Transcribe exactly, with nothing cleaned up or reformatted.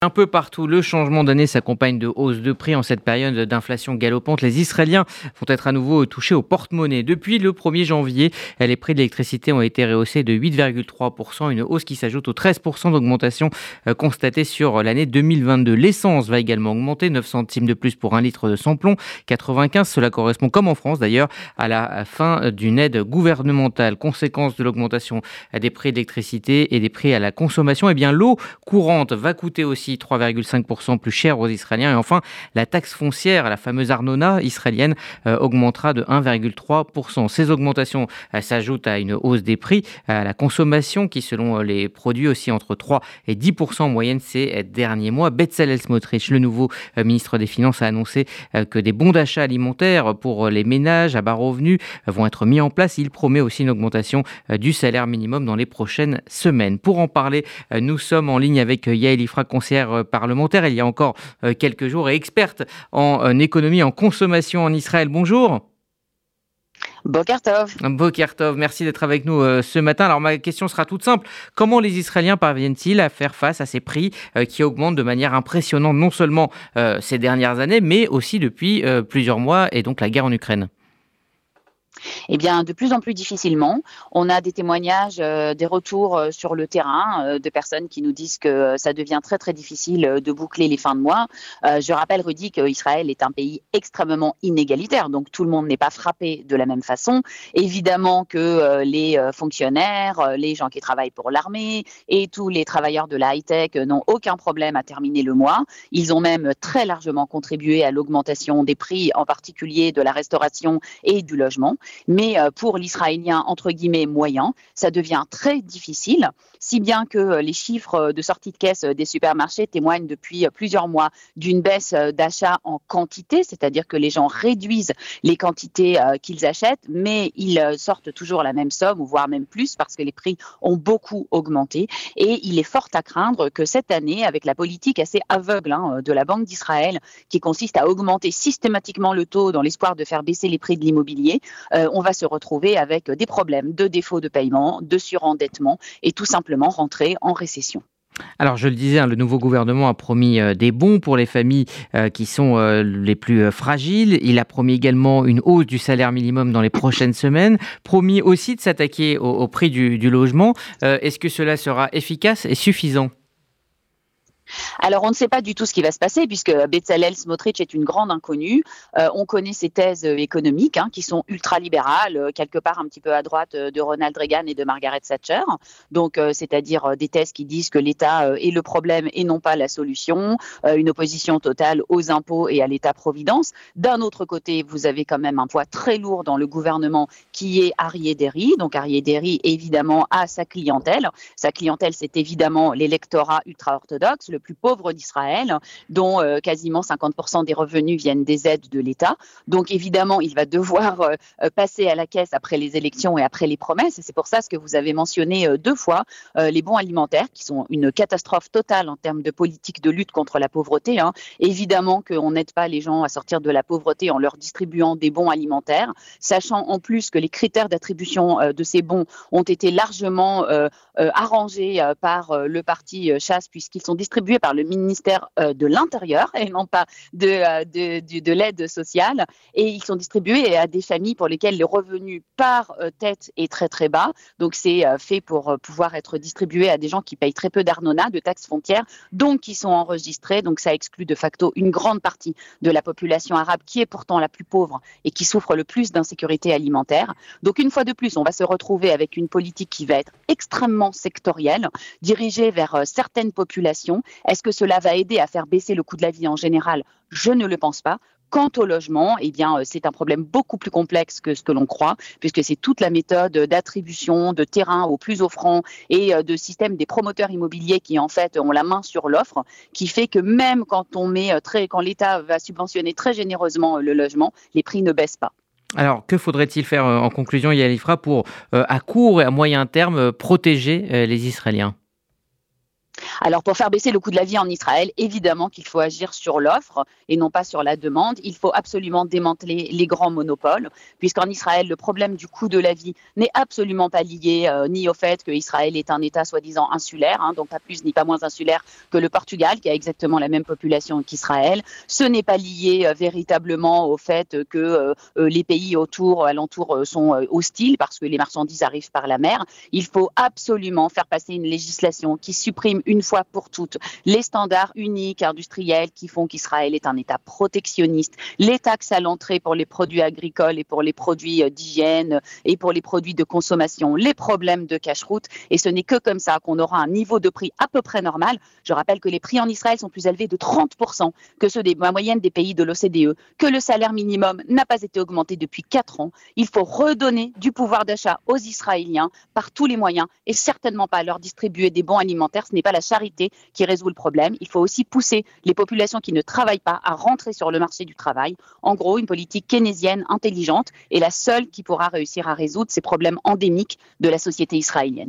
Un peu partout, le changement d'année s'accompagne de hausses de prix. En cette période d'inflation galopante, les Israéliens vont être à nouveau touchés au porte-monnaie. Depuis le premier janvier, les prix de l'électricité ont été rehaussés de huit virgule trois pour cent, une hausse qui s'ajoute aux treize pour cent d'augmentation euh, constatée sur l'année deux mille vingt-deux. L'essence va également augmenter, neuf centimes de plus pour un litre de samplon, quatre-vingt-quinze. Cela correspond, comme en France d'ailleurs, à la fin d'une aide gouvernementale. Conséquence de l'augmentation des prix de l'électricité et des prix à la consommation, eh bien l'eau courante va coûter aussi trois virgule cinq pour cent plus cher aux Israéliens. Et enfin, la taxe foncière, la fameuse Arnona israélienne, euh, augmentera de un virgule trois pour cent. Ces augmentations euh, s'ajoutent à une hausse des prix à la consommation qui, selon les produits, aussi entre trois et dix pour cent en moyenne ces derniers mois. Bezalel Smotrich, le nouveau euh, ministre des Finances, a annoncé euh, que des bons d'achat alimentaires pour les ménages à bas revenus euh, vont être mis en place. Il promet aussi une augmentation euh, du salaire minimum dans les prochaines semaines. Pour en parler, euh, nous sommes en ligne avec euh, Yael Ifra, conseillère parlementaire il y a encore euh, quelques jours et experte en euh, économie, en consommation en Israël. Bonjour. Boker Tov. Boker Tov, merci d'être avec nous euh, ce matin. Alors ma question sera toute simple. Comment les Israéliens parviennent-ils à faire face à ces prix euh, qui augmentent de manière impressionnante, non seulement euh, ces dernières années, mais aussi depuis euh, plusieurs mois et donc la guerre en Ukraine? Eh bien, de plus en plus difficilement. On a des témoignages, euh, des retours euh, sur le terrain euh, de personnes qui nous disent que ça devient très très difficile euh, de boucler les fins de mois. Euh, je rappelle, Rudy, qu'Israël est un pays extrêmement inégalitaire, donc tout le monde n'est pas frappé de la même façon. Évidemment que euh, les euh, fonctionnaires, euh, les gens qui travaillent pour l'armée et tous les travailleurs de la high-tech euh, n'ont aucun problème à terminer le mois. Ils ont même très largement contribué à l'augmentation des prix, en particulier de la restauration et du logement. Mais pour l'Israélien, entre guillemets, moyen, ça devient très difficile, si bien que les chiffres de sortie de caisse des supermarchés témoignent depuis plusieurs mois d'une baisse d'achat en quantité, c'est-à-dire que les gens réduisent les quantités qu'ils achètent, mais ils sortent toujours la même somme, ou voire même plus, parce que les prix ont beaucoup augmenté. Et il est fort à craindre que cette année, avec la politique assez aveugle hein, de la Banque d'Israël, qui consiste à augmenter systématiquement le taux dans l'espoir de faire baisser les prix de l'immobilier, euh, on va se retrouver avec des problèmes de défaut de paiement, de surendettement et tout simplement rentrer en récession. Alors, je le disais, hein, le nouveau gouvernement a promis euh, des bons pour les familles euh, qui sont euh, les plus euh, fragiles. Il a promis également une hausse du salaire minimum dans les prochaines semaines. Promis aussi de s'attaquer au, au prix du, du logement. Euh, est-ce que cela sera efficace et suffisant ? Alors, on ne sait pas du tout ce qui va se passer puisque Bezalel Smotrich est une grande inconnue. Euh, on connaît ses thèses économiques hein, qui sont ultra-libérales, euh, quelque part un petit peu à droite euh, de Ronald Reagan et de Margaret Thatcher. Donc, euh, c'est-à-dire euh, des thèses qui disent que l'État euh, est le problème et non pas la solution, euh, une opposition totale aux impôts et à l'État-providence. D'un autre côté, vous avez quand même un poids très lourd dans le gouvernement qui est Aryeh Deri. Donc, Aryeh Deri, évidemment, a sa clientèle. Sa clientèle, c'est évidemment l'électorat ultra-orthodoxe, le plus pauvre d'Israël, dont euh, quasiment cinquante pour cent des revenus viennent des aides de l'État. Donc évidemment, il va devoir euh, passer à la caisse après les élections et après les promesses. Et c'est pour ça ce que vous avez mentionné euh, deux fois, euh, les bons alimentaires, qui sont une catastrophe totale en termes de politique de lutte contre la pauvreté. Hein. Évidemment qu'on n'aide pas les gens à sortir de la pauvreté en leur distribuant des bons alimentaires, sachant en plus que les critères d'attribution euh, de ces bons ont été largement euh, euh, arrangés euh, par euh, le parti euh, Chasse, puisqu'ils sont distribués par le ministère euh, de l'Intérieur et non pas de, euh, de, de, de l'aide sociale. Et ils sont distribués à des familles pour lesquelles le revenu par euh, tête est très très bas. Donc c'est euh, fait pour euh, pouvoir être distribué à des gens qui payent très peu d'arnona, de taxes foncières, donc qui sont enregistrés. Donc ça exclut de facto une grande partie de la population arabe qui est pourtant la plus pauvre et qui souffre le plus d'insécurité alimentaire. Donc une fois de plus, on va se retrouver avec une politique qui va être extrêmement sectorielle, dirigée vers euh, certaines populations. Est-ce que cela va aider à faire baisser le coût de la vie en général ? Je ne le pense pas. Quant au logement, eh bien, c'est un problème beaucoup plus complexe que ce que l'on croit, puisque c'est toute la méthode d'attribution de terrain aux plus offrants et de système des promoteurs immobiliers qui, en fait, ont la main sur l'offre, qui fait que même quand on met très, quand l'État va subventionner très généreusement le logement, les prix ne baissent pas. Alors, que faudrait-il faire euh, en conclusion, Yael Ifra, pour, euh, à court et à moyen terme, euh, protéger euh, les Israéliens ? Alors pour faire baisser le coût de la vie en Israël, évidemment qu'il faut agir sur l'offre et non pas sur la demande. Il faut absolument démanteler les grands monopoles, puisqu'en Israël, le problème du coût de la vie n'est absolument pas lié euh, ni au fait que Israël est un État soi-disant insulaire, hein, donc pas plus ni pas moins insulaire que le Portugal, qui a exactement la même population qu'Israël. Ce n'est pas lié euh, véritablement au fait que euh, les pays autour, alentour, euh, sont euh, hostiles, parce que les marchandises arrivent par la mer. Il faut absolument faire passer une législation qui supprime une fois pour toutes les standards uniques industriels qui font qu'Israël est un État protectionniste, les taxes à l'entrée pour les produits agricoles et pour les produits d'hygiène et pour les produits de consommation, les problèmes de cache-route. Et ce n'est que comme ça qu'on aura un niveau de prix à peu près normal. Je rappelle que les prix en Israël sont plus élevés de trente pour cent que ceux de la moyenne des pays de l'O C D E, que le salaire minimum n'a pas été augmenté depuis quatre ans. Il faut redonner du pouvoir d'achat aux Israéliens par tous les moyens et certainement pas leur distribuer des bons alimentaires. Ce n'est pas la charité qui résout le problème. Il faut aussi pousser les populations qui ne travaillent pas à rentrer sur le marché du travail. En gros, une politique keynésienne intelligente est la seule qui pourra réussir à résoudre ces problèmes endémiques de la société israélienne.